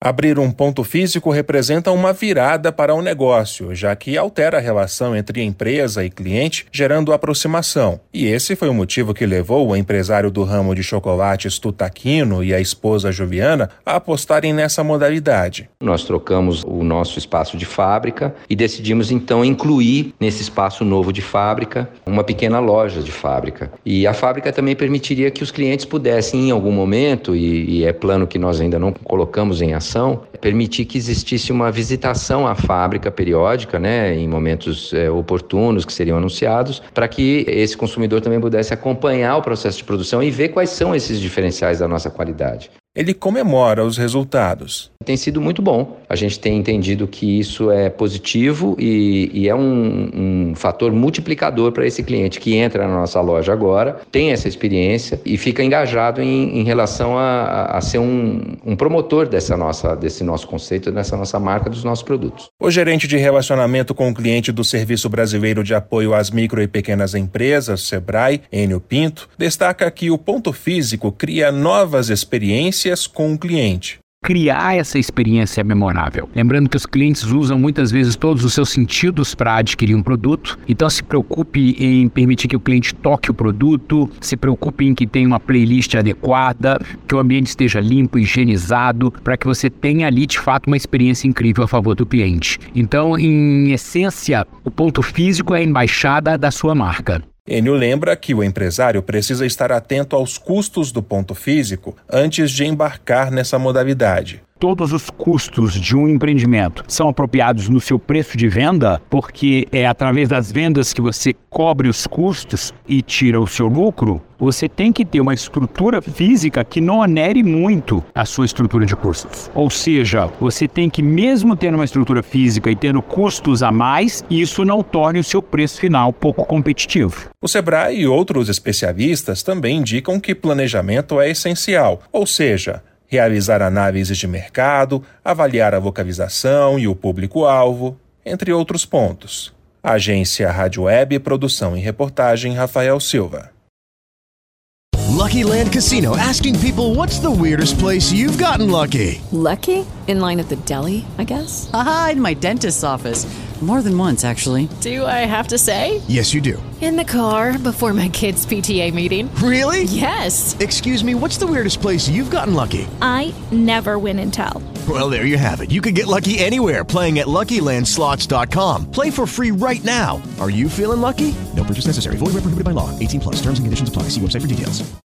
Abrir um ponto físico representa uma virada para o negócio, já que altera a relação entre empresa e cliente, gerando aproximação. E esse foi o motivo que levou o empresário do ramo de chocolates Tutaquino e a esposa Juliana a apostarem nessa modalidade. Nós trocamos o nosso espaço de fábrica e decidimos então incluir nesse espaço novo de fábrica uma pequena loja de fábrica. E a fábrica também permitiria que os clientes pudessem, em algum momento, e é plano que nós ainda não colocamos em ação, permitir que existisse uma visitação à fábrica periódica, em momentos oportunos que seriam anunciados, para que esse consumidor também pudesse acompanhar o processo de produção e ver quais são esses diferenciais da nossa qualidade. Ele comemora os resultados. Tem sido muito bom. A gente tem entendido que isso é positivo e é um fator multiplicador para esse cliente que entra na nossa loja agora, tem essa experiência e fica engajado em relação a ser um promotor desse nosso conceito, dessa nossa marca, dos nossos produtos. O gerente de relacionamento com o cliente do Serviço Brasileiro de Apoio às Micro e Pequenas Empresas, SEBRAE, Enio Pinto, destaca que o ponto físico cria novas experiências com o cliente. Criar essa experiência memorável. Lembrando que os clientes usam muitas vezes todos os seus sentidos para adquirir um produto, então se preocupe em permitir que o cliente toque o produto, se preocupe em que tenha uma playlist adequada, que o ambiente esteja limpo, higienizado, para que você tenha ali de fato uma experiência incrível a favor do cliente. Então, em essência, o ponto físico é a embaixada da sua marca. Enio lembra que o empresário precisa estar atento aos custos do ponto físico antes de embarcar nessa modalidade. Todos os custos de um empreendimento são apropriados no seu preço de venda, porque é através das vendas que você cobre os custos e tira o seu lucro. Você tem que ter uma estrutura física que não onere muito a sua estrutura de custos. Ou seja, você tem que, mesmo tendo uma estrutura física e tendo custos a mais, isso não torne o seu preço final pouco competitivo. O SEBRAE e outros especialistas também indicam que planejamento é essencial, ou seja, realizar análises de mercado, avaliar a localização e o público-alvo, entre outros pontos. Agência Rádio Web, produção e reportagem Rafael Silva. Lucky Land Casino, asking people, what's the weirdest place you've gotten lucky? Lucky? In line at the deli, I guess? Aha, in my dentist's office. More than once, actually. Do I have to say? Yes, you do. In the car before my kids' PTA meeting. Really? Yes. Excuse me, what's the weirdest place you've gotten lucky? I never win and tell. Well, there you have it. You can get lucky anywhere, playing at LuckyLandSlots.com. Play for free right now. Are you feeling lucky? No purchase necessary. Void where prohibited by law. 18+. Terms and conditions apply. See website for details.